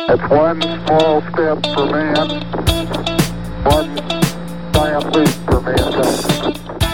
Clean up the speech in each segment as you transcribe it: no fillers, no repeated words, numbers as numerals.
It's one small step for man, one giant leap for mankind.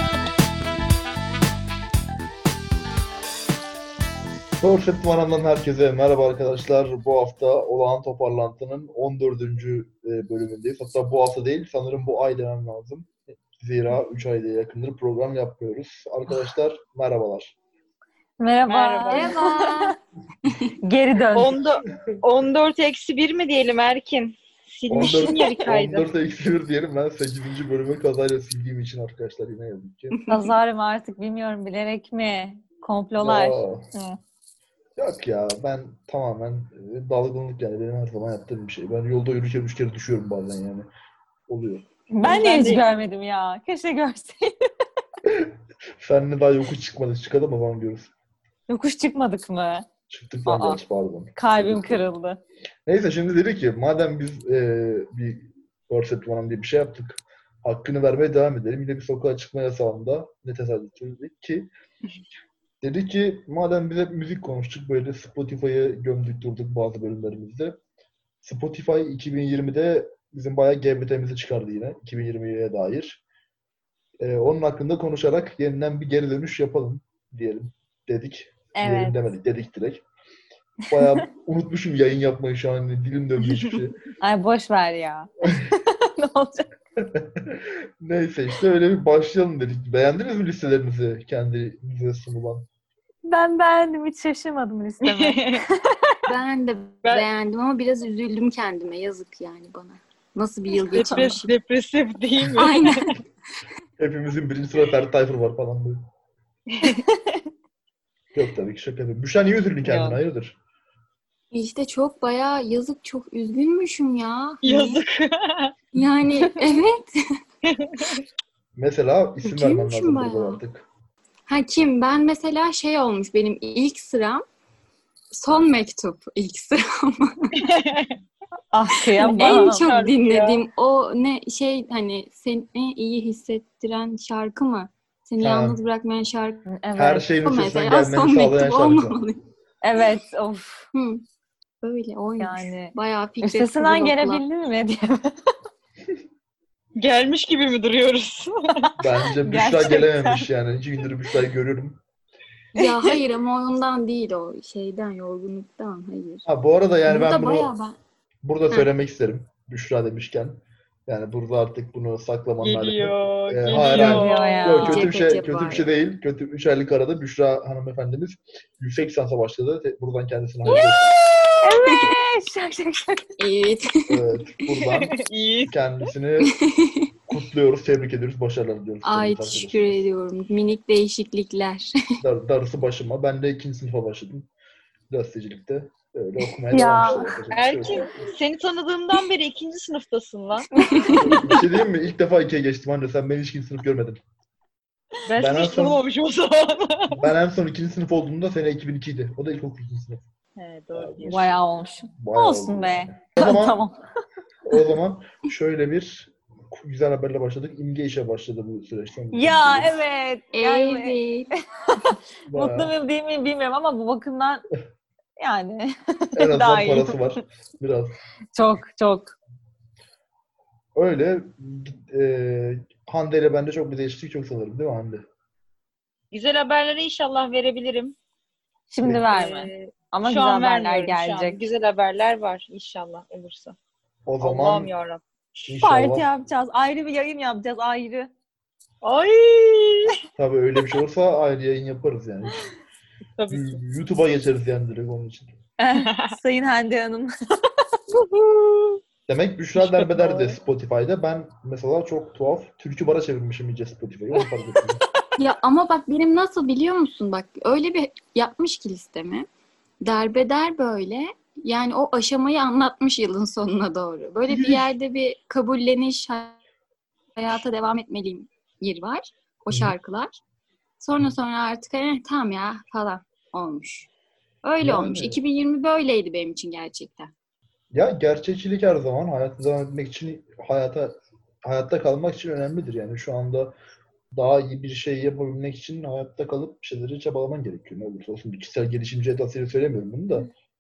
Perfect Manam'dan herkese merhaba arkadaşlar. Bu hafta Olağan Toparlantı'nın 14. bölümündeyiz. Hatta bu hafta değil, sanırım bu ay demem lazım. Zira 3 ayda yakındır program yapmıyoruz. Arkadaşlar merhabalar. Merhaba. Geri dön. 14-1 mi diyelim Erkin? Silmişsin ya bir kaydı. 14-1 diyelim, ben 8. bölümü kazayla sildiğim için arkadaşlar yine yazık ki. Pazar mı artık bilmiyorum, bilerek mi? Komplolar. Ya. Yok ya, ben tamamen dalgınlık, yani benim her zaman yaptığım bir şey. Ben yolda yürürken 3 kere düşüyorum bazen, yani. Oluyor. Ben de hiç görmedim ya. Keşke görseydim. Seninle daha yokuş çıkmadık. Çıkalım mı falan diyoruz. Yokuş çıkmadık mı? Çıktık lan, gerçi pardon. Kalbim kırıldı. Neyse, şimdi dedi ki madem biz bir Perfect One diye bir şey yaptık, hakkını vermeye devam edelim. Yine bir sokağa çıkma yasağında ne tesadüf ki dedi ki madem biz hep müzik konuştuk, böyle Spotify'ı gömdük durduk bazı bölümlerimizde. Spotify 2020'de bizim bayağı GBT'mizi çıkardı yine 2020'ye dair. Onun hakkında konuşarak yeniden bir geri dönüş yapalım diyelim dedik. Evet. Diyelim demedik, dedik direkt. Bayağı unutmuşum yayın yapmayı, şu an dilim dönmüyor hiçbir şey. Ay boş ver ya. Ne olacak? Neyse, işte öyle bir başlayalım dedik. Beğendiniz mi listelerinizi, kendinize sunulan? Ben beğendim, hiç şaşırmadım listeme. Ben de beğendim ama biraz üzüldüm kendime. Yazık yani bana. Nasıl bir yıl geçirmişim. Depresif değil mi? Aynen. Hepimizin birinci sırada Ferdi Tayfur var falan böyle. Yok tabii ki, şaka yapıyorum. Büşra niye üzüldün kendine, Yok. hayırdır? İşte çok bayağı yazık, çok üzgünmüşüm ya. Yazık. Yani evet. Mesela isim vermem Üzülmüşüm lazım burada bayağı. artık. Ha kim? Ben mesela şey olmuş benim ilk sıram. Son Mektup ilk sıram. Ah kıyamam. En çok şarkı dinlediğim o ne şey, hani seni iyi hissettiren şarkı mı? Seni Ha. yalnız bırakmayan şarkı. Evet. Her şeyin O üstesinden mesela gelmeni Son sağlayan Mektup şarkı. olmamalı. Evet, of. Hı. Böyle oymuş. Yani Bayağı Fikret üstesinden Kızılok'la. gelebildin mi diye. Gelmiş gibi mi duruyoruz? Bence Büşra Gerçekten. gelememiş yani. 2 gündür Büşra'yı görüyorum. Ya hayır ama ondan değil, o şeyden, yorgunluktan, hayır. Ha, bu arada yani ben Burada bunu bayağı ben. burada Hı. söylemek isterim. Büşra demişken. Yani burada artık bunu saklamanın aleti. Geliyor. Hayır, hayır. Geliyor ya. Yok, kötü bir Cephe şey, cep kötü var bir şey ya. değil. Kötü 3 aylık arada Büşra hanımefendimiz yüksek lisansa başladı. Buradan kendisine hayırlı olsun. Evet. Şak. Evet. Evet, buradan İyi. kendisini kutluyoruz, tebrik ediyoruz, başarılar diliyoruz. Ay sevgili teşekkür arkadaşlar. ediyorum. Minik değişiklikler. Darısı başıma. Ben de 2. sınıfa başladım. Gazetecilikte. Öyle okumaya Ya. devam işte. Erkin, seni tanıdığımdan beri 2. sınıftasın lan. Bir şey diyeyim mi? İlk defa 2'ye geçtim anne. Sen beni hiç 2. sınıf görmedin. Ben Ben seni en hiç son- tanımamışım o zaman. Ben en son 2. sınıf olduğumda sene 2002'ydi. O da ilkokul 2. sınıf. He, doğru diyorsun. Bayağı olmuş. Bayağı Olsun oldu be. yani. Tamam. O zaman şöyle bir güzel haberle başladık. İmge işe başladı bu süreçten. Ya evet. Yani Evet. mutlu muyum değil miyim bilmiyorum ama bu bakımdan yani En azından daha iyi. parası var. Biraz. Çok. Öyle. Hande ile bende çok bir değişiklik çok sanırım, değil mi Hande? Güzel haberleri inşallah verebilirim. Şimdi verme. Ama Şu güzel an haberler vermiyorum şu an. gelecek. Güzel haberler var inşallah olursa. O Allah'ım zaman yarabbim. Parti inşallah. yapacağız. Ayrı bir yayın yapacağız. Ayrı. Ay! Tabii öyle bir şey olursa ayrı yayın yaparız yani. Tabii ki. YouTube'a geçeriz yani direkt onun için. Sayın Hande Hanım. Demek Büşra Hiç derbeder de katılmadım. Spotify'da. Ben mesela çok tuhaf türkü bara çevirmişim iyice Spotify'ı. Onu fark ettim. Ya ama bak benim nasıl biliyor musun? Bak öyle bir yapmış ki listemi. Derbeder böyle. Yani o aşamayı anlatmış yılın sonuna doğru. Böyle bir yerde bir kabulleniş, hayata devam etmeliyim yeri var. O Hı hı. şarkılar. Sonra artık tamam ya falan olmuş. Öyle Yani. olmuş. 2020 böyleydi benim için gerçekten. Ya gerçekçilik her zaman hayatta devam etmek için, hayatta kalmak için önemlidir. Yani şu anda daha iyi bir şey yapabilmek için hayatta kalıp bir şeyleri çabalaman gerekiyor. Ne olursa olsun bir kişisel gelişimci edasıyla söylemiyorum bunu da.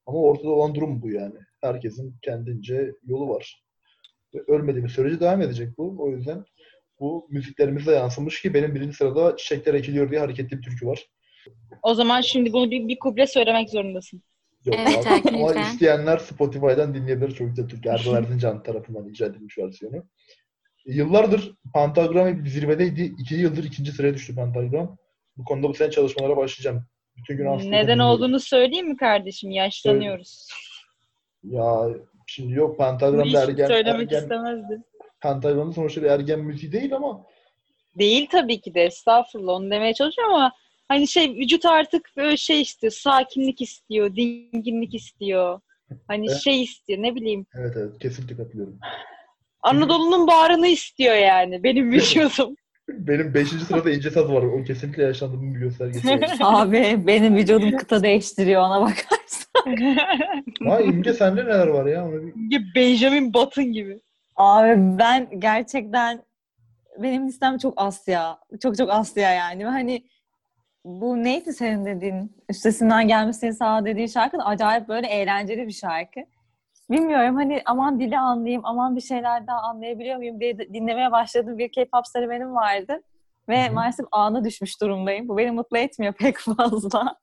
Ama ortada olan durum bu yani. Herkesin kendince yolu var. Ve ölmediğimiz sürece devam edecek bu. O yüzden bu müziklerimize yansımış ki benim birinci sırada Çiçekler Ekiliyor diye hareketli bir türkü var. O zaman şimdi bunu bir kuple söylemek zorundasın. Yok Evet, abi. Erkin Ama lütfen. isteyenler Spotify'dan dinleyebilir. Çok güzel türkü. Erdal Erzincan tarafından icra edilmiş versiyonu. Yıllardır Pentagram hep zirvedeydi. 2 yıldır ikinci sıraya düştü Pentagram. Bu konuda bu sene çalışmalara başlayacağım. Bütün gün aslında Neden dinliyorum. olduğunu söyleyeyim mi kardeşim? Yaşlanıyoruz. Ya şimdi yok Bunu Pentagram'da hiç söylemek ergen istemezdim. Pentagram'da sonuçta bir ergen müziği değil ama Değil tabii ki de. Estağfurullah. Onu demeye çalışıyorum ama hani vücut artık böyle istiyor. Sakinlik istiyor. Dinginlik istiyor. Hani Evet. istiyor. Ne bileyim. evet kesinlikle katılıyorum. Anadolu'nun bağrını istiyor yani. Benim vücudum. Benim 5. sırada İnce Saz var. O kesinlikle yaşlandığımın bir göstergesi var. Abi benim vücudum kıta değiştiriyor ona bakarsan. Ha İnce sende neler var ya? Onu bir... Benjamin Button gibi. Abi ben gerçekten benim listem çok Asya. Çok çok Asya yani. Ve hani bu neydi senin dediğin? Üstesinden gelmesini sağ dediğin şarkı da acayip böyle eğlenceli bir şarkı. Bilmiyorum hani aman dili anlayayım, aman bir şeyler daha anlayabiliyor muyum diye dinlemeye başladığım bir K-pop serüvenim vardı. Ve Hı-hı. maalesef ağına düşmüş durumdayım. Bu beni mutlu etmiyor pek fazla.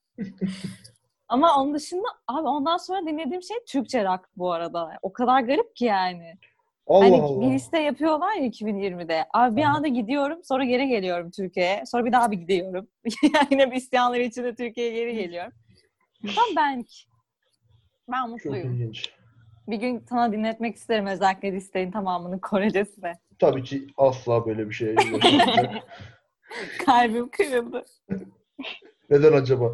Ama onun dışında abi ondan sonra dinlediğim şey Türkçe rock bu arada. O kadar garip ki yani. Allah Hani Allah. bir liste yapıyorlar ya 2020'de. Abi bir anda gidiyorum, sonra geri geliyorum Türkiye'ye. Sonra bir daha bir gidiyorum. Yani yine bir isyanlar içinde Türkiye'ye geri geliyorum. Tam benlik. Ben Çok mutluyum. ilginç. Bir gün sana dinletmek isterim özellikle listenin tamamını Korecesine. Tabii ki asla böyle bir şey yaşamayacak. Kalbim kırıldı. Neden acaba?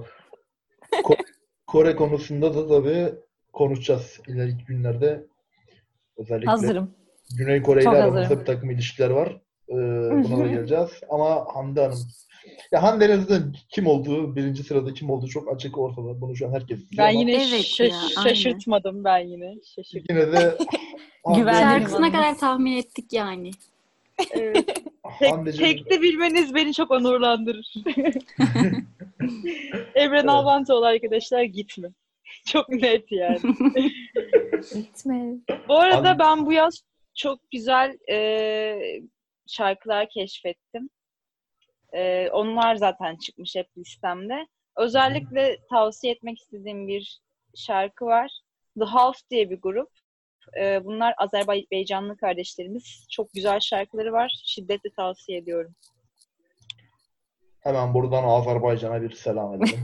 Kore konusunda da tabii konuşacağız ileriki günlerde. Özellikle Hazırım. Güney Kore ile Çok aramızda hazırım. bir takım ilişkiler var. Buna da geleceğiz. Ama Hande Hanım. Ya Hande'nin zaten kim olduğu, birinci sırada kim olduğu çok açık ortada. Bunu şu an herkes biliyor Ben ama yine Evet ya, aynen. şaşırtmadım ben yine. Şaşırtmadım. yine de Güvenli Şarkısına limanımız. kadar tahmin ettik yani. Evet. Handeciğim Tek de bilmeniz beni çok onurlandırır. Evren Albantoğlu arkadaşlar gitme. Çok net yani. Gitme. Bu arada An- ben bu yaz çok güzel şarkılar keşfettim. Onlar zaten çıkmış hep listemde. Özellikle tavsiye etmek istediğim bir şarkı var. The Half diye bir grup. Bunlar Azerbaycanlı kardeşlerimiz. Çok güzel şarkıları var. Şiddetle tavsiye ediyorum. hemen buradan Azerbaycan'a bir selam edelim.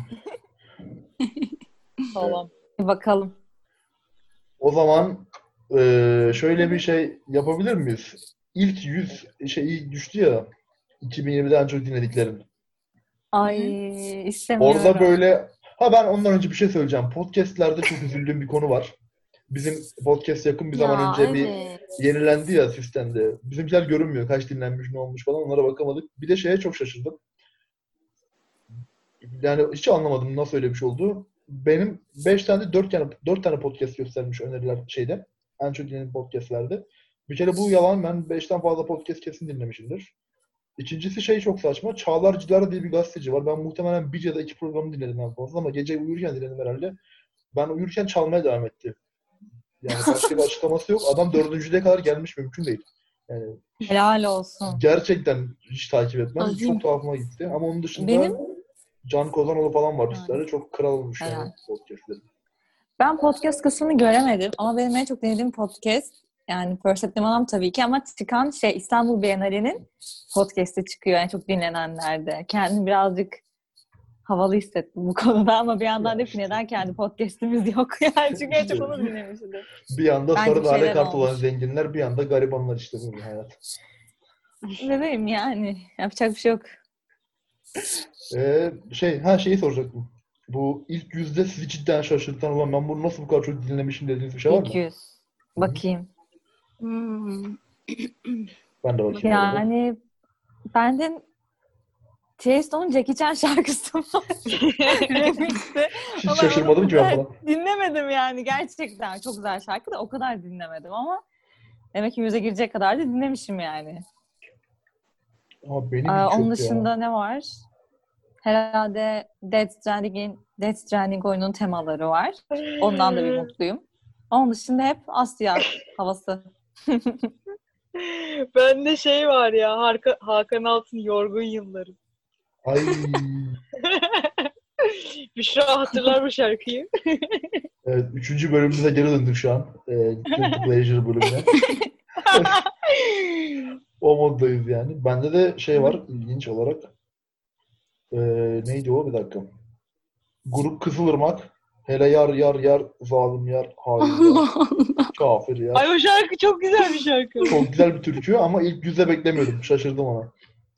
Sağlam. Bir bakalım. O zaman şöyle bir şey yapabilir miyiz? İlk 100 düştü ya 2020'den çok dinlediklerim. Ay istemiyorum. Orada böyle ben ondan önce bir şey söyleyeceğim. Podcast'lerde çok üzüldüğüm bir konu var. Bizim podcast yakın bir zaman önce bir evet. yenilendi ya sistemde. Bizimkiler görünmüyor. Kaç dinlenmiş, ne olmuş falan onlara bakamadık. Bir de şeye çok şaşırdım. Yani hiç anlamadım nasıl öyle bir şey oldu. Benim 4 tane podcast göstermiş öneriler şeyde. En çok dinlediğim podcastlerde. Bir kere bu yalan, ben 5'ten fazla podcast kesin dinlemişimdir. İkincisi çok saçma. Çağlar Cilara diye bir gazeteci var. Ben muhtemelen bir ya da 2 programı dinledim en fazla ama gece uyurken dinledim herhalde. Ben uyurken çalmaya devam etti. Yani başka bir açıklaması yok. Adam 4.'ye kadar gelmiş, mümkün değil. Yani Helal olsun. gerçekten hiç takip etmem. Azim. Çok tuhafıma gitti. Ama onun dışında Benim- Can Kozanoğlu falan var Yani. listelerde. Çok kral olmuş Helal. yani podcastleri. Ben podcast kısmını göremedim ama benim en çok dinlediğim podcast yani Persept Limanam tabii ki ama çıkan İstanbul Bienali'nin podcast'i çıkıyor en çok dinlenenlerde. Kendimi birazcık havalı hissettim bu konuda ama bir yandan da neden kendi podcast'imiz yok yani çünkü en çok onu dinlemişimdir. Bir anda Bence sarı bir şeyler daire kart olan olmuş. zenginler, bir anda garibanlar işte bu hayat. Bebeğim yani yapacak bir şey yok. Şeyi soracaktım. Bu ilk yüzde sizi cidden şaşırtan olan, ben bunu nasıl bu kadar çok dinlemişim dediğiniz bir şey var mı? 200. Bakayım. Hmm. Ben de bakayım. Yani benden Tiesto'nun Jackie Chan şarkısı var. Remix'te. Hiç Ama şaşırmadım onu ki ben falan. dinlemedim yani gerçekten. Çok güzel şarkı da o kadar dinlemedim ama demek ki yüze girecek kadar da dinlemişim yani. Ama benim hiç Onun yok dışında ya. ne var? Herhalde Death Stranding oyunun temaları var. Ondan da bir mutluyum. Onun dışında hep Asya havası. Bende şey var ya, Hakan Altun Yorgun Yılları. Ay. Büşra hatırlar bu şarkıyı. Evet, 3. bölümümüze geri döndük şu an. Guilty Pleasure bölümüne. O moddayız yani. Bende de şey var ilginç olarak. Neydi o? Bir dakika. Grup Kızılırmak. Hele yar yar yar, zalim yar, hain yar, Allah Allah. kafir yar. Ay o şarkı çok güzel bir şarkı. Çok güzel bir türkü ama ilk yüzde beklemiyordum. Şaşırdım ona.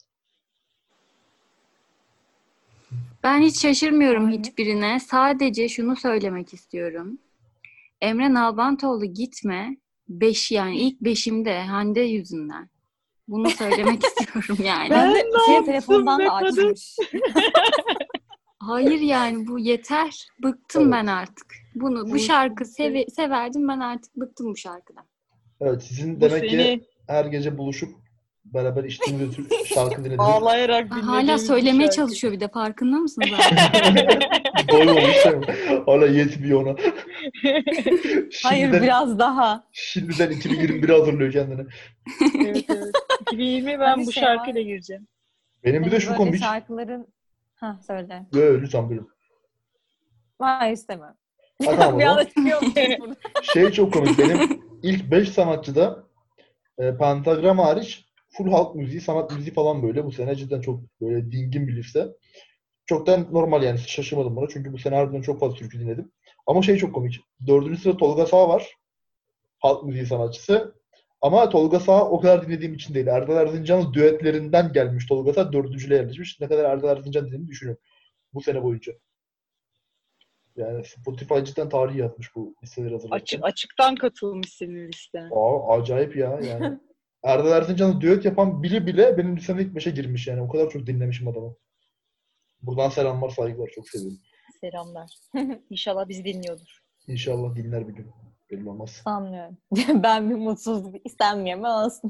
Ben hiç şaşırmıyorum hiçbirine. Sadece şunu söylemek istiyorum. Emre Nalbantoğlu gitme. Yani ilk 5'imde Hande yüzünden. Bunu söylemek istiyorum yani. Ben de yaptım telefondan be da kadın? açmış. Hayır yani bu yeter. Bıktım Evet. ben artık. Bu şarkı severdim, ben artık bıktım bu şarkıdan. Evet, sizin Bu demek ki seni her gece buluşup beraber içtiğiniz şarkı dinlediniz. ağlayarak Hala dinlediğimiz bir söylemeye şarkı. çalışıyor bir de, farkında mısınız abi? Doymamış değil mi? Hala yetmiyor ona. Hayır, biraz daha. Şimdiden 2021 hazırlıyor kendini. Evet evet. 2020 ben Hani bu şey şarkıyla var. gireceğim. Benim bir de Hani şu böyle komik. şarkıların... Ha söyle. Lütfen buyurun. Hayır, istemiyorum. Ha, tamam o Bir zaman. anda çıkıyormuş burada. Şey çok komik. Benim ilk 5 sanatçıda Pentagram hariç full halk müziği, sanat müziği falan böyle. Bu sene cidden çok böyle dingin bir liste. Çok da normal yani. Şaşırmadım buna. Çünkü bu sene harbiden çok fazla türkü dinledim. Ama şey çok komik. 4. sırada Tolga Sağ var. Halk müziği sanatçısı. Ama Tolga Sağ o kadar dinlediğim için değil. Erdal Erzincan'ın düetlerinden gelmiş Tolga Sağ 4.'lüğe yerleşmiş. Ne kadar Erdal Erzincan dinlediğimi düşünün. Bu sene boyunca. Yani Spotify cidden tarihi yapmış bu listeleri hazırlarken. Açıktan katılmış senin listene. Acayip ya yani. Erdal Erzincan'ı düet yapan bile benim listemde ilk 5'e girmiş yani. O kadar çok dinlemişim adamı. Buradan selamlar, saygılar. Çok seviyorum. Selamlar. İnşallah bizi dinliyordur. İnşallah dinler bir gün. Belli olmaz. Sanmıyorum. Ben bir mutsuzluk istenmiyorum ama olsun.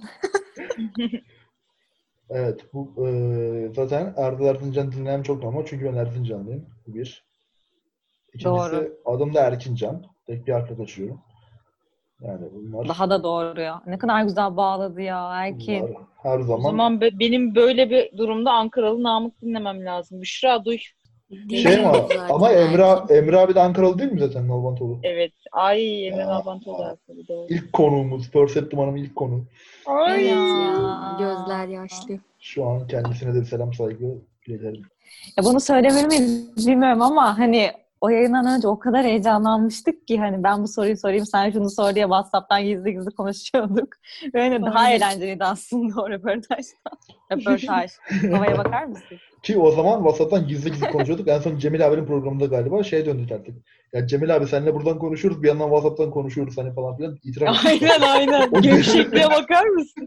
Evet. Bu zaten Erdal Erzincan dinleyen çok normal. Çünkü ben Erzincanlıyım. Bu bir. İkincisi Doğru. adım da Erkincan. Tek bir harfle taşıyorum. Yani bunlar Daha da doğru ya. Ne kadar güzel bağladı ya Erkin. her O zaman zaman benim böyle bir durumda Ankaralı Namık dinlemem lazım. Büşra duy. şey Dinliyorum ama zaten ama belki. Emre abi de Ankaralı değil mi zaten Nalbantoğlu? Evet. Ay Emre Aa, Nalbantoğlu da Ankaralı, doğru. İlk konuğumuz. Perceptum Hanım'ın ilk konuğu. Ay. Evet Ya. ya. Gözler yaşlı. Şu an kendisine de selam saygı iletelim. Ya bunu söylemeli miyiz bilmiyorum ama hani o yayından önce o kadar heyecanlanmıştık ki hani ben bu soruyu sorayım, sen şunu sor diye WhatsApp'tan gizli gizli konuşuyorduk. Ve hani daha Aynen. eğlenceliydi aslında o röportajdan. Röportaj. Havaya bakar mısın? Ki o zaman WhatsApp'tan gizli gizli konuşuyorduk. En son Cemil abinin programında galiba döndük artık. Ya Cemil abi seninle buradan konuşuyoruz. Bir yandan WhatsApp'tan konuşuyoruz hani falan filan. İtiraf ettik. Aynen. O Gevşekliğe bakar mısın?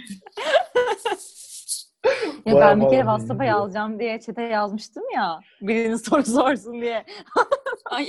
Ya Bayağı ben bir kere bayağı WhatsApp'a iyiydi. yazacağım diye chat'e yazmıştım ya. Birinin soru sorsun diye. Ay,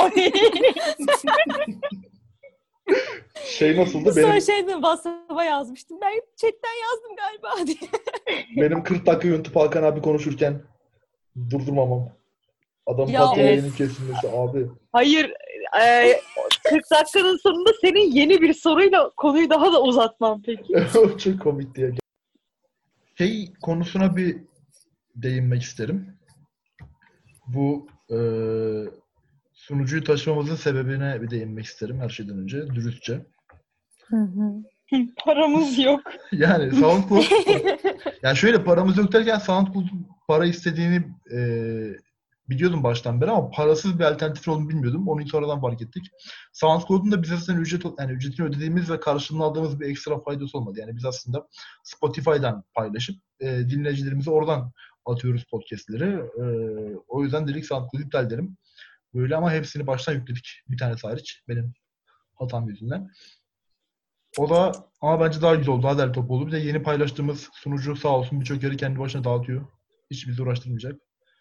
Şey nasıldı? Sonra WhatsApp'a yazmıştım. Ben chat'ten yazdım galiba diye. Benim 40 dakika YouTube Hakan abi konuşurken durdurmamam. Adam Ya pat evet. yayının kesilmesi abi. Hayır. 40 dakikanın sonunda senin yeni bir soruyla konuyu daha da uzatmam peki. Çok komikti ya. Şey konusuna bir değinmek isterim. Bu sunucuyu taşımamızın sebebine bir değinmek isterim her şeyden önce. Dürüstçe. Paramız yok. Yani SoundCloud yani şöyle paramız yok derken SoundCloud'un para istediğini biliyordum baştan beri ama parasız bir alternatif olduğunu bilmiyordum. Onu sonradan fark ettik. SoundCloud'un da biz aslında ücretini ödediğimiz ve karşılığını aldığımız bir ekstra faydası olmadı. Yani biz aslında Spotify'dan paylaşıp dinleyicilerimize oradan atıyoruz podcastleri. O yüzden dedik SoundCloud'u iptal edelim. Böyle ama hepsini baştan yükledik. Bir tanesi hariç. Benim hatam yüzünden. O da ama bence daha güzel oldu. Daha değerli top oldu. Bir de yeni paylaştığımız sunucu sağ olsun birçok yeri kendi başına dağıtıyor. Hiç bizi uğraştırmayacak.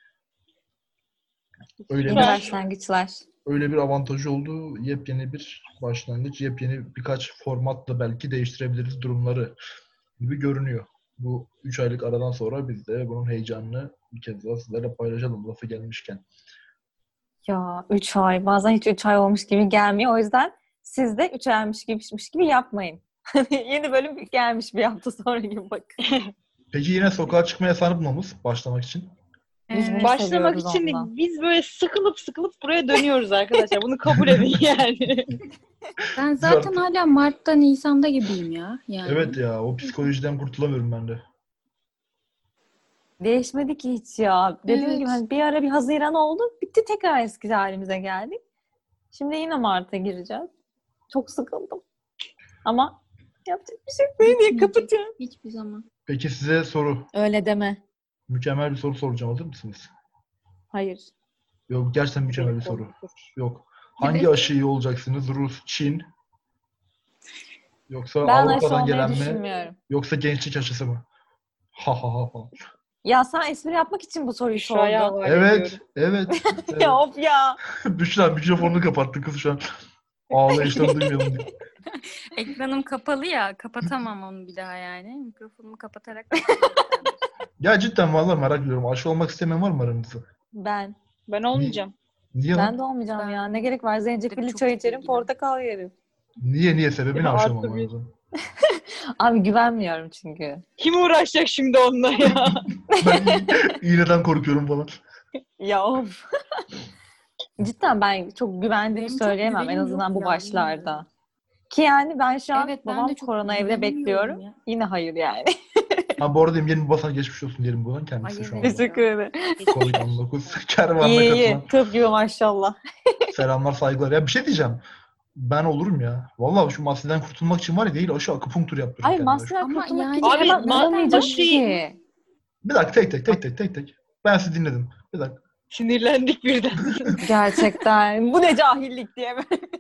İyi başlangıçlar. Öyle bir avantajı oldu. Yepyeni bir başlangıç. Yepyeni birkaç formatla belki değiştirebiliriz durumları gibi görünüyor. Bu 3 aylık aradan sonra biz de bunun heyecanını bir kez daha sizlerle paylaşalım lafı gelmişken. Ya 3 ay. Bazen hiç 3 ay olmuş gibi gelmiyor. O yüzden siz de 3 aymış gibi yapmayın. Yeni bölüm gelmiş bir hafta sonra gibi bakın. Peki yine sokağa çıkma yasağını bulmamız başlamak için. Biz ne Başlamak seviyoruz için de ondan. biz böyle sıkılıp buraya dönüyoruz arkadaşlar. Bunu kabul edin yani. Ben zaten hala Mart'ta, Nisan'da gibiyim ya. Yani. Evet ya o psikolojiden kurtulamıyorum ben de. Değişmedi ki hiç ya. Dediğim Evet. gibi hani bir ara bir Haziran oldu. Bitti, tekrar eski halimize geldik. Şimdi yine Mart'a gireceğiz. Çok sıkıldım. Ama yapacak bir şey yok. Beni diye kapatıyorum. Hiçbir zaman. Peki size soru. Öyle deme. Mükemmel bir soru soracağım. Hazır mısınız? Hayır. Yok gerçekten mükemmel bir soru. Yok. Hangi aşıyı olacaksınız? Rus, Çin? Yoksa Ben aşı Avrupa'dan olmayı gelen mi? düşünmüyorum. Yoksa gençlik aşısı mı? Ha ha ha ha. Ya sen espri yapmak için bu soruyu Şuraya sordun. havale Evet, ediyorum. evet. evet. Ya of ya. Büşra mikrofonunu kapattı kız şu an. Ağlayıştan duymayalım diye. Ekranım kapalı ya. Kapatamam onu bir daha yani. Mikrofonumu kapatarak. Ya cidden vallahi merak ediyorum. Aşı olmak istemeyen var mı aranızda? Ben. Ben olmayacağım. Niye Ben lan? de olmayacağım ya. Ne gerek var? Zencefilli Çok çay içerim, ilgili. portakal yerim. Niye sebebi ne Ya aşı artı olmamanızın? Abi güvenmiyorum çünkü. Kim uğraşacak şimdi onunla ya? Ben iğneden korkuyorum falan. Ya of. Cidden ben çok güvendiğimi Benim çok söyleyemem en güvenim azından yok bu ya, başlarda. bilmiyorum. Ki yani ben şu an Evet, ben babam de çok korona evde güvenemiyorum bekliyorum. ya. Yine hayır yani. Ha bu arada yeni babasına geçmiş olsun diyelim buradan kendisi Ay, şu evet. anda. Teşekkür ederim. Covid-19 kervanına İyi katılan. iyi. Tıp gibi maşallah. Selamlar, saygılar. Ya bir şey diyeceğim. Ben olurum ya. Vallahi şu maskeden kurtulmak için var ya değil aşı akupunktur yaptırırım Ay kendime. maskeden Ama kurtulmak yani- için Abi, hemen olamayacağım aşı- ki. Bir dakika tek. Ben sizi dinledim. Bir dakika. Sinirlendik birden. Gerçekten. Bu ne cahillik diye.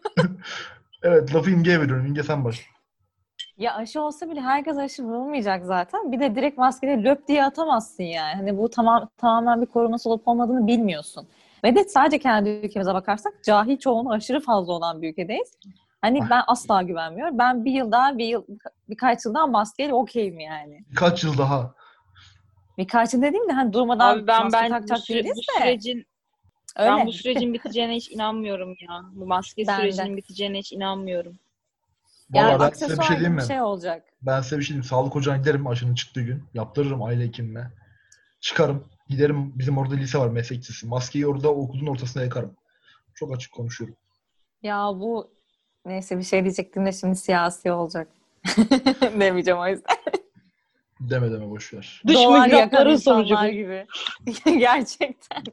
Evet lafı İmge'ye veriyorum. İmge sen başla. Ya aşı olsa bile herkes aşı vurulmayacak zaten. Bir de direkt maskeyle löp diye atamazsın yani. Hani bu tamamen bir koruması olup olmadığını bilmiyorsun. Ve de sadece kendi ülkemize bakarsak cahil çoğunluğu aşırı fazla olan bir ülkedeyiz. Hani ben asla güvenmiyorum. Ben birkaç yıl daha maskeyle okeyim yani. Kaç yıl daha? Birkaç yıl dediğim de hani durmadan Abi ben maske bu, takacak değiliz bu de. sürecin Öyle. ben bu sürecin biteceğine hiç inanmıyorum ya. Bu maske Ben de. sürecinin biteceğine hiç inanmıyorum. Yani Vallahi ben size bir aksesuar şey gibi diyeyim bir mi? şey olacak. Ben size bir şey diyeyim. Sağlık ocağına giderim aşının çıktığı gün. Yaptırırım aile hekimine. Çıkarım. Giderim bizim orada lise var meslek lisesi. Maskeyi orada okulun ortasına yakarım. Çok açık konuşuyorum. Ya bu neyse bir şey diyecektim de şimdi siyasi olacak. Demeyeceğim o yüzden. Deme boş ver. Dış Dolar yakan mihrakların sonucu insanlar bu. gibi. Gerçekten.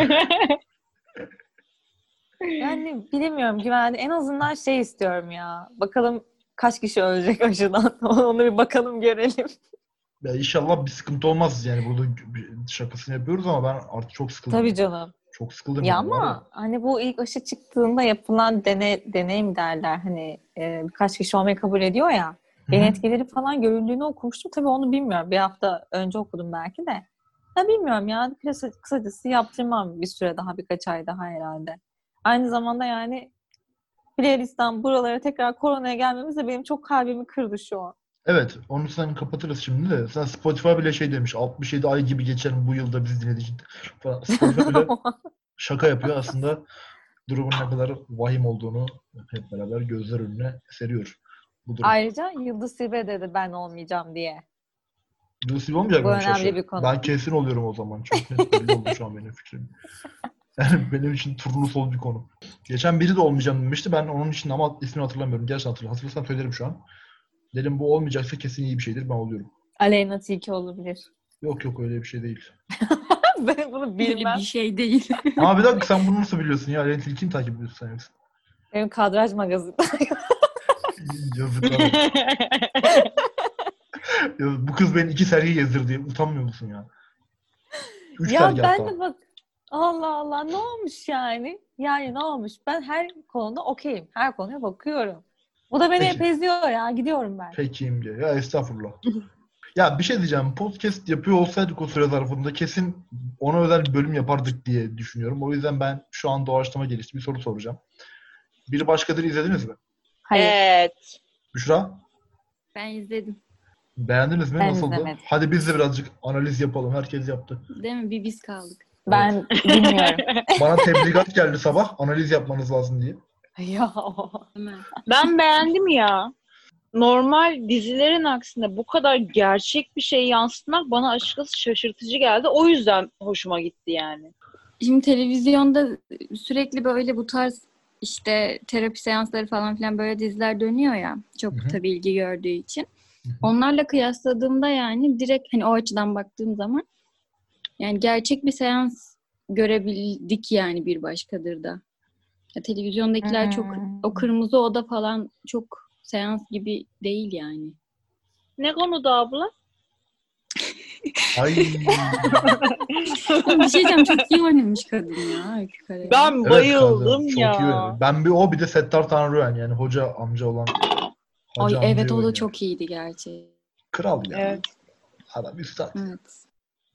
Yani bilemiyorum güvenli. En azından şey istiyorum ya. Bakalım kaç kişi ölecek aşıdan. Onu bir bakalım görelim. Ya inşallah bir sıkıntı olmaz yani burada şakasını yapıyoruz ama ben artık çok sıkıldım. Tabii canım. Çok sıkıldım Ya yani var ya. ama hani bu ilk aşı çıktığında yapılan deney mi derler hani birkaç kişi olmayı kabul ediyor ya. Ben Hı-hı. etkileri falan görüldüğünü okumuştum. Tabii onu bilmiyorum. Bir hafta önce okudum belki de. Ya bilmiyorum ya. Kısacası yaptırmam bir süre daha, birkaç ay daha herhalde. Aynı zamanda yani playlistten buralara tekrar koronaya gelmemiz de benim çok kalbimi kırdı şu an. Evet, onu sen kapatırız şimdi de. Sen Spotify bile şey demiş, 67 ay gibi geçer bu yılda biz dinledik falan. Spotify bile şaka yapıyor aslında. Durumun ne kadar vahim olduğunu hep beraber gözler önüne seriyor. Bu durum. Ayrıca Yıldız Silve dedi ben olmayacağım diye. Yusuf olmayacak Bu mı önemli şaşa? bir konu. Ben kesin oluyorum o zaman. Çok net belli oldu şu an benim fikrim. Yani benim için turnusol bir konu. Geçen biri de olmayacağım demişti. Ben onun için ama ismini hatırlamıyorum. Gerçekten hatırlasam söylerim şu an. Dedim bu olmayacaksa kesin iyi bir şeydir. Ben oluyorum. Aleyna Tilki olabilir. Yok öyle bir şey değil. Ben bunu Böyle bilmem. bir şey değil. Abi bir dakika sen bunu nasıl biliyorsun ya? Renkli kim takip ediyorsun sen yoksa? Benim kadraj magazin. Yazıklar. Ya, bu kız beni 2 sergi gezdirdi. Utanmıyor musun ya? 3 Ya sergi ben hatta. de bak Allah Allah ne olmuş yani? Yani ne olmuş? Ben her konuda okeyim. Her konuya bakıyorum. Bu da beni Peki. hep eziyor ya. Gidiyorum ben. Peki İmge. Ya estağfurullah. Ya bir şey diyeceğim. Podcast yapıyor olsaydık o süre zarfında kesin ona özel bir bölüm yapardık diye düşünüyorum. O yüzden ben şu an doğaçlama gelişti bir soru soracağım. Bir Başkadır izlediniz mi? Hayır. Evet. Büşra? Ben izledim. Beğendiniz mi? Ben Nasıldı? izlemedim. Hadi biz de birazcık analiz yapalım. Herkes yaptı. Değil mi? Bir biz kaldık. Ben bilmiyorum. Bana tebligat geldi sabah. Analiz yapmanız lazım diye. Ya Değil mi? Ben beğendim ya. Normal dizilerin aksine bu kadar gerçek bir şey yansıtmak bana açıkçası şaşırtıcı geldi. O yüzden hoşuma gitti yani. Şimdi televizyonda sürekli böyle bu tarz işte terapi seansları falan filan böyle diziler dönüyor ya. Çok Hı hı. tabii ilgi gördüğü için. Hı hı. Onlarla kıyasladığımda yani direkt hani o açıdan baktığım zaman yani gerçek bir seans görebildik yani bir başkadır da. Ya, televizyondakiler çok o kırmızı oda falan çok seans gibi değil yani. Ne konuda abla? Ay. Ya bir şey diyeceğim, çok iyi oynamış kadın ya Öykü Karayel. Ben Evet bayıldım kadın. Çok ya. iyi oynadı. O bir de Settar Tanrıören yani hoca amca olan. Ay Hacı evet, amcayı o da oynuyor. çok iyiydi gerçi. Kral ya. Evet. Adam üstad. Evet.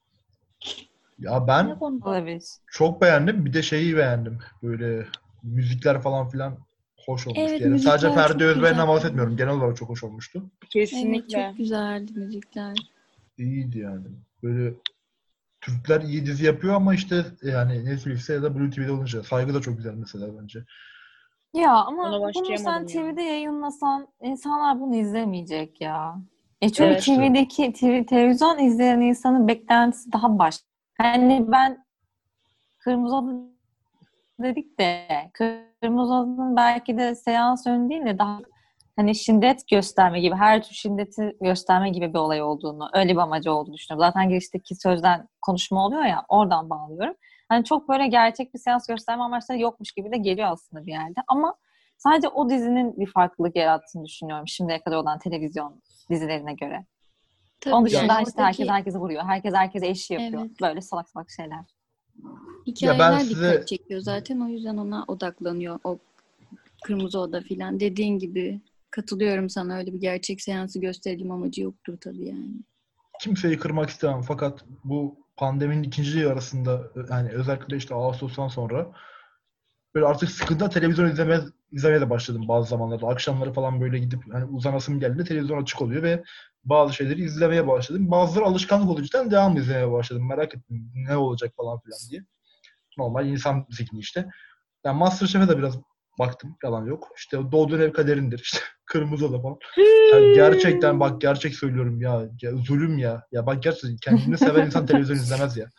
Ya Ne ben konuda? olabilir. çok beğendim. Bir de şeyi beğendim. Böyle müzikler falan filan hoş olmuştu. Evet, Yani sadece müzikler Ferdi çok Özbeğen'den güzel. bahsetmiyorum. Genel olarak çok hoş olmuştu. Evet, Kesinlikle. çok güzeldi müzikler. İyiydi yani. Böyle Türkler iyi dizi yapıyor ama işte yani Netflix'te ya da Blue TV'de olunca saygı da çok güzel mesela bence. Ya ama Ona bunu sen başlayamadım ya. TV'de yayınlasan insanlar bunu izlemeyecek ya. Çünkü Evet. televizyon izleyen insanın beklentisi daha başka. Hani ben Kırmızı Oda dedik de Kırmızı Oda'nın belki de seans önü değil de daha hani şiddet gösterme gibi, her tür şiddeti gösterme gibi bir olay olduğunu, öyle bir amacı olduğunu düşünüyorum. Zaten girişteki sözden konuşma oluyor ya, oradan bağlıyorum. Hani çok böyle gerçek bir seans gösterme amaçları yokmuş gibi de geliyor aslında bir yerde. Ama sadece o dizinin bir farklılık yarattığını düşünüyorum şimdiye kadar olan televizyon dizilerine göre. Tabii Onun dışında yani işte herkes oradaki herkesi vuruyor, herkes herkese eşi yapıyor. evet, Böyle salak salak şeyler. Ya ben hikayeler dikkat size çekiyor zaten, o yüzden ona odaklanıyor o Kırmızı Oda filan. Dediğin gibi katılıyorum sana, öyle bir gerçek seansı gösterelim amacı yoktur tabii yani. kimseyi kırmak istemem fakat bu pandeminin ikinci yarısında yani özellikle işte Ağustos'tan sonra böyle artık sıkıntı televizyon izlemeye de başladım bazı zamanlarda. Akşamları falan böyle gidip hani uzanasım geldiğinde televizyon açık oluyor ve bazı şeyleri izlemeye başladım. Bazıları alışkanlık olduğu için devam izlemeye başladım. Merak ettim ne olacak falan filan diye. Normal insan zihni işte. Ben MasterChef'e de biraz baktım. Yalan yok. İşte Doğduğun Ev Kaderindir. İşte Kırmızı Oda falan. Ya gerçekten bak gerçek söylüyorum ya. Ya zulüm ya. Ya bak gerçekten kendini seven insan televizyon izlemez ya.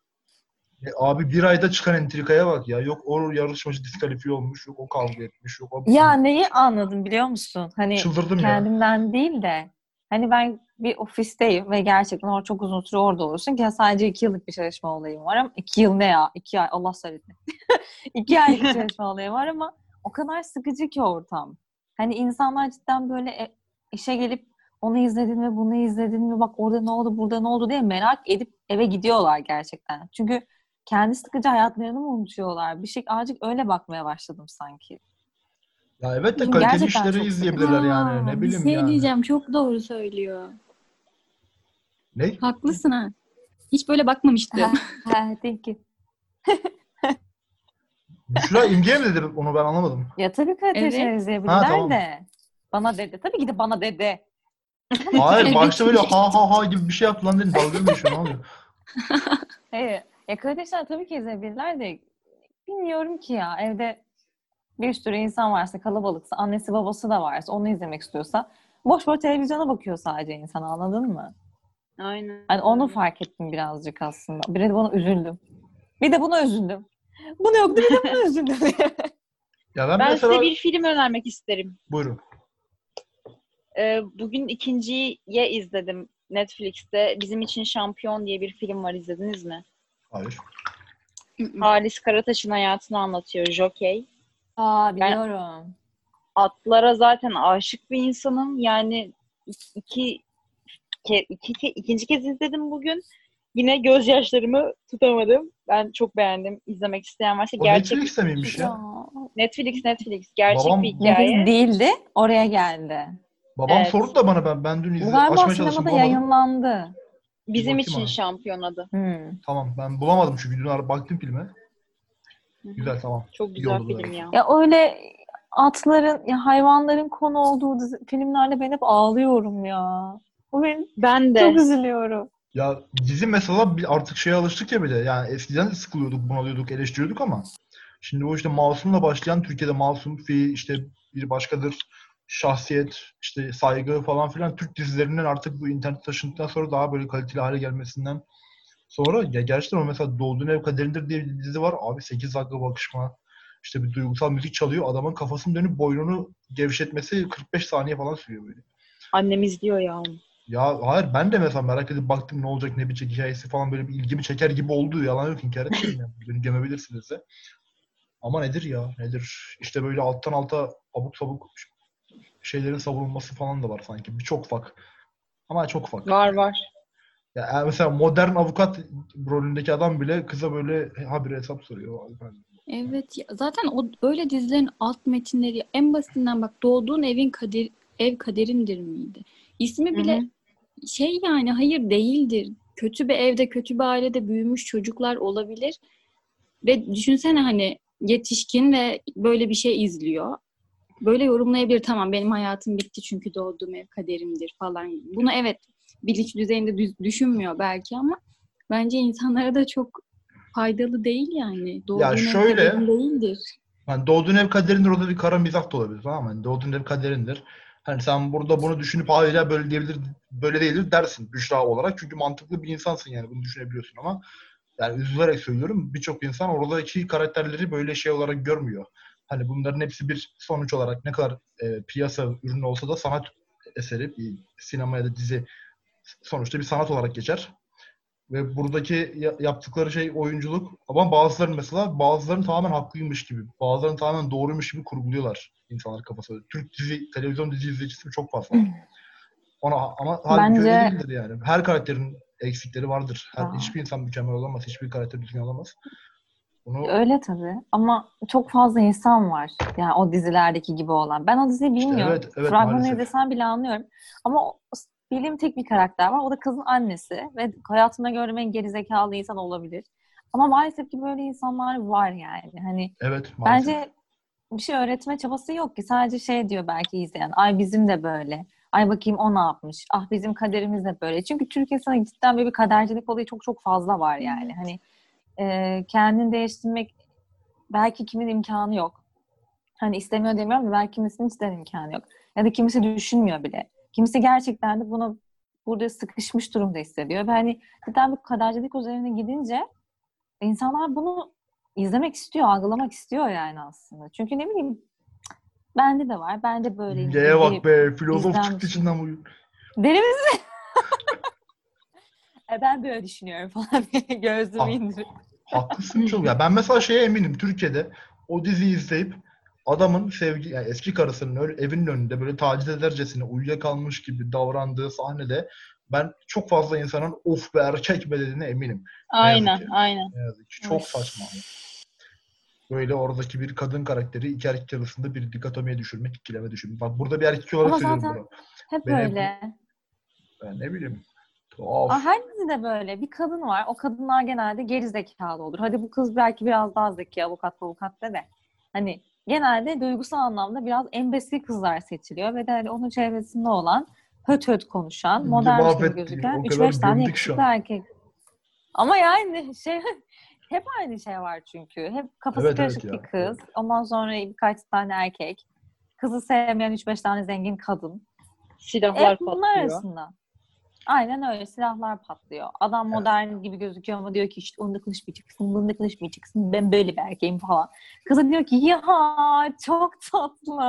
Abi bir ayda çıkan entrikaya bak ya. Yok o yarışmacı diskalifiye olmuş. Yok o kavga etmiş. Yok o... Ya neyi anladım biliyor musun? Hani Çıldırdım ya. kendimden değil de hani ben bir ofisteyim ve gerçekten orada çok uzun süre orada olursun ki sadece 2 yıllık bir çalışma olayım var ama 2 yıl ne ya? 2 ay Allah söylesin. 2 aylık bir çalışma olayım var ama o kadar sıkıcı ki ortam. Hani insanlar cidden böyle işe gelip onu izledin mi, bunu izledin mi, bak orada ne oldu, burada ne oldu diye merak edip eve gidiyorlar gerçekten. Çünkü kendi sıkıcı hayatlarını mı unutuyorlar? Bir şey azıcık öyle bakmaya başladım sanki. Ya evet de Çünkü kaliteli gerçekten işleri çok sıkıcı. izleyebilirler yani. Ne Bir bileyim şey yani. diyeceğim, çok doğru söylüyor. Ne? Haklısın ha. Hiç böyle bakmamıştım. Thank you. Büşra İmge'ye mi dedi onu ben anlamadım. Ya tabii kaliteli Evet. şeyler Ha izleyebilirler tamam. de. Bana dedi. Tabii ki de bana dedi. Hayır Evet. başta böyle ha ha ha gibi bir şey yaptı lan dedim. Dalga mı geçiyor ne oluyor? Hayır. Ya kaliteli şeyler tabii ki izleyebilirler de bilmiyorum ki ya. Evde bir sürü insan varsa, kalabalıksa, annesi babası da varsa, onu izlemek istiyorsa boş boş televizyona bakıyor sadece insan, anladın mı? Aynen. Hani onu öyle. fark ettim birazcık aslında. Bir de buna üzüldüm. Bir de buna üzüldüm. Bunu yoktu bir de buna üzüldüm. Ya ben Ben size mesela bir film önermek isterim. buyurun. Bugün ikinciye izledim Netflix'te. Bizim için Şampiyon diye bir film var. İzlediniz mi? Hayır. Halis Karataş'ın hayatını anlatıyor. Jockey. Aa biliyorum. Atlara zaten aşık bir insanım. Yani ikinci kez izledim bugün. Yine gözyaşlarımı tutamadım. Ben çok beğendim. İzlemek isteyen varsa O gerçek bir Netflix'te miymiş hikaye. ya? Netflix. Gerçek bir Babam hikaye. Değildi, oraya geldi. Evet. sordu da bana ben dün Bu galiba açmaya çalıştım sinemada bulamadım. yayınlandı. Bir Bizim bakayım için abi. Şampiyon adı. Tamam ben bulamadım çünkü dün baktım filme. Hı-hı. Güzel tamam. Çok İyi güzel oldu film böyle. ya. Ya öyle atların, ya hayvanların konu olduğu filmlerle ben hep ağlıyorum ya. Bugün Ben çok de. üzülüyorum. Ya dizi mesela artık şeye alıştık ya bile. Yani eskiden de sıkılıyorduk, bunalıyorduk, eleştiriyorduk ama şimdi o işte Masum'la başlayan Türkiye'de Masum, Fi, işte bir başkadır, Şahsiyet, işte Saygı falan filan Türk dizilerinin artık bu internet taşındıktan sonra daha böyle kaliteli hale gelmesinden sonra ya gerçekten o mesela Doğduğun Ev Kaderindir diye bir dizi var. Abi 8 dakika bakışma. İşte bir duygusal müzik çalıyor. Adamın kafasını dönüp boynunu gevşetmesi 45 saniye falan sürüyor böyle. Annem izliyor ya onu. Ya hayır ben de mesela merak edip baktım ne olacak ne bitecek hikayesi falan böyle bir ilgimi çeker gibi oldu. Yalan yok inkar etmiyorum yani. Beni gömebilirsiniz de. Ama nedir ya nedir? İşte böyle alttan alta abuk sabuk şeylerin savunulması falan da var sanki. Birçok ufak. Ama çok ufak. Var. Ya mesela modern avukat rolündeki adam bile kıza böyle habire hesap soruyor. Evet ya, zaten o böyle dizilerin alt metinleri en basitinden bak Doğduğun Evin Ev Kaderindir miydi? İsmi Hı bile hı. şey yani hayır değildir. Kötü bir evde, kötü bir ailede büyümüş çocuklar olabilir. Ve düşünsene hani yetişkin ve böyle bir şey izliyor. Böyle yorumlayabilir. Tamam benim hayatım bitti çünkü doğduğum ev kaderimdir falan. Bunu evet bilinç düzeyinde düşünmüyor belki ama bence insanlara da çok faydalı değil yani. Ya Doğduğun ev şöyle kaderin değildir. hani Doğduğun Ev Kaderindir orada bir kara mizah da olabilir tamam mı? Hani Doğduğun Ev Kaderindir. Hani sen burada bunu düşünüp hayır ya böyle diyebilir böyle değildir dersin Büşra olarak. Çünkü mantıklı bir insansın yani bunu düşünebiliyorsun ama yani üzülerek söylüyorum birçok insan oradaki karakterleri böyle şey olarak görmüyor. Hani bunların hepsi bir sonuç olarak ne kadar piyasa ürünü olsa da sanat eseri, bir sinema ya da dizi sonuçta bir sanat olarak geçer. Ve buradaki yaptıkları şey oyunculuk ama bazılarının tamamen haklıymış gibi, bazılarının tamamen doğruymuş gibi kurguluyorlar insanlar kafasında. Türk dizi, televizyon dizi izleyicisi çok fazla. Ama halbuki öyle Bence değildir yani. Her karakterin eksikleri vardır. ya, Hiçbir insan mükemmel olamaz. Hiçbir karakter düzgün olamaz. Bunu öyle tabii ama çok fazla insan var. Yani o dizilerdeki gibi olan. Ben o diziyi işte bilmiyorum. evet Fragmanı maalesef. izlesem bile anlıyorum. Ama bildiğim tek bir karakter var. O da kızın annesi. Ve hayatımda gördüğüm en gerizekalı insan olabilir. Ama maalesef ki böyle insanlar var yani. Hani Evet maalesef. bence bir şey öğretme çabası yok ki. Sadece şey diyor belki izleyen. Ay bizim de böyle. Ay bakayım o ne yapmış. Ah bizim kaderimiz de böyle. Çünkü Türkiye sana cidden böyle bir kadercilik olayı çok çok fazla var yani. Hani kendini değiştirmek belki kimin imkanı yok. Hani istemiyor demiyorum da belki kimisinin cidden imkanı yok. Ya da kimisi düşünmüyor bile. Kimisi gerçekten de bunu burada sıkışmış durumda hissediyor. Ve hani cidden bu kadercilik üzerine gidince insanlar bunu izlemek istiyor, algılamak istiyor yani aslında. Çünkü ne bileyim bende de var. Ben de böyleyim İmgeye gibi bak bir be. Filozof izlem çıktı düşünüyorum. içinden bugün. Deli misin? Ben böyle düşünüyorum falan diye gözümü Ha, indirip. haklısın çok. Ya ben mesela şeye eminim Türkiye'de o diziyi izleyip adamın yani eski karısının öyle evinin önünde böyle taciz edercesine uyuyakalmış gibi davrandığı sahnede ben çok fazla insanın of be erkek be dediğine eminim. Ne yazık ki. Aynen. Ne yazık ki. Oy. Çok saçma. Böyle oradaki bir kadın karakteri iki erkek arasında bir dikotomiye düşürmek, ikileme düşürmek. Bak burada bir erkek olarak Ama söylüyorum zaten bunu. hep Ben hep öyle. ben ne bileyim. Tuhaf. Her dizide böyle bir kadın var. O kadınlar genelde geri zekalı olur. Hadi bu kız belki biraz daha zeki, avukat de. Hani genelde duygusal anlamda biraz embesil kızlar seçiliyor ve de hani onun çevresinde olan höt höt konuşan, İyice modernmiş gibi mahvettik. gözüken O kadar 3-5 tane gömdük şu yakışıklı an. erkek. Ama yani hep aynı şey var çünkü. Hep kafası Evet karışık bir ya. kız. Ondan sonra birkaç tane erkek. Kızı sevmeyen 3-5 tane zengin kadın. Silahlar Hep bunlar patlıyor. arasında. Aynen öyle. Silahlar patlıyor. Adam modern gibi gözüküyor ama diyor ki işte onunla konuşmayacaksın, bununla konuşmayacaksın. Ben böyle bir erkeğim falan. Kızı diyor ki ya çok tatlı.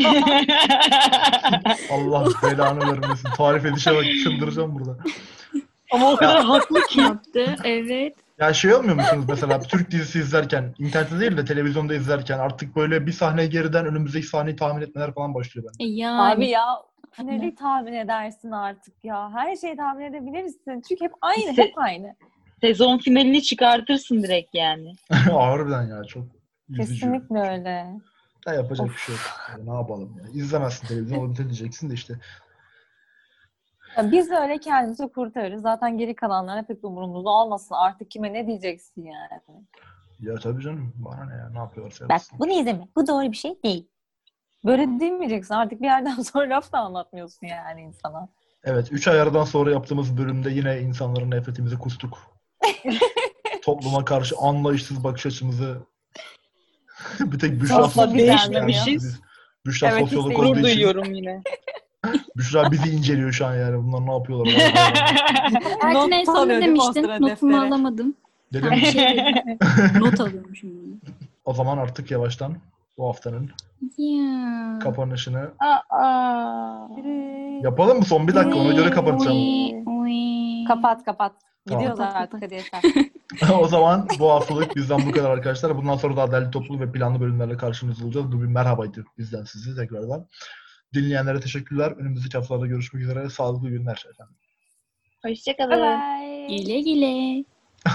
Allah belanı vermesin. Tarif edişe bak çıldıracağım burada. Ama o Ya, kadar haklı ki. Yaptı. Evet. ya şey olmuyor musunuz mesela Türk dizisi izlerken, internette değil de televizyonda izlerken artık böyle bir sahne geriden önümüzdeki sahneyi tahmin etmeler falan başlıyor bende. Abi Yani. ya finali tahmin edersin artık ya. Her şeyi tahmin edebilirsin. Çünkü hep aynı, Se- hep aynı. Sezon finalini çıkartırsın direkt yani. Harbiden ya çok üzücü. Kesinlikle öyle. Da yapacak bir şey yok. Of. Ne yapalım ya. İzlemezsin televizyon onu diyeceksin de işte. Ya biz de öyle kendimizi kurtarırız. Zaten geri kalanlar pek umurumuzda olmasın. Artık kime ne diyeceksin yani. Ya tabii canım. Bana ne ya. Ne yapıyorlarsa Bak yapsınlar. bunu izleme. Bu doğru bir şey değil. Böyle demeyeceksin. Artık bir yerden sonra laf da anlatmıyorsun yani insana. Evet, 3 ay aradan sonra yaptığımız bölümde yine insanların nefretimizi kustuk. Topluma karşı anlayışsız bakış açımızı bir tek Büşra Çok da sosyolog değişmemişiz. yani. Büşra Evet, hiç sosyolog değil. olduğu Gurur için duyuyorum yine. Büşra bizi inceliyor şu an yani. Bunlar ne yapıyorlar? Vay vay vay. Erkin en Not son ne alıyor değil mi o demiştin? sıra Notumu deftere? alamadım. Dedim Sen bir şey dedin. Not alıyormuşum bunu. o zaman artık yavaştan bu haftanın Ya. kapanışını Aa. yapalım mı? Son bir dakika ona göre kapatacağım. Uy. Kapat. Tamam. Gidiyoruz Kapat, artık kapat. hadi yeter. O zaman bu haftalık bizden bu kadar arkadaşlar. Bundan sonra daha değerli toplu ve planlı bölümlerle karşınızda olacağız. Bu bir merhabaydı bizden size tekrardan. Dinleyenlere teşekkürler. Önümüzdeki haftalarda görüşmek üzere. Sağlıklı günler efendim. Hoşçakalın. Bye. Güle güle.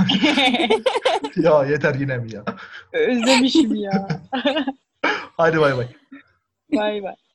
Ya yeter yine mi ya? Özlemişim ya. Haydi bay bay. Bay bay.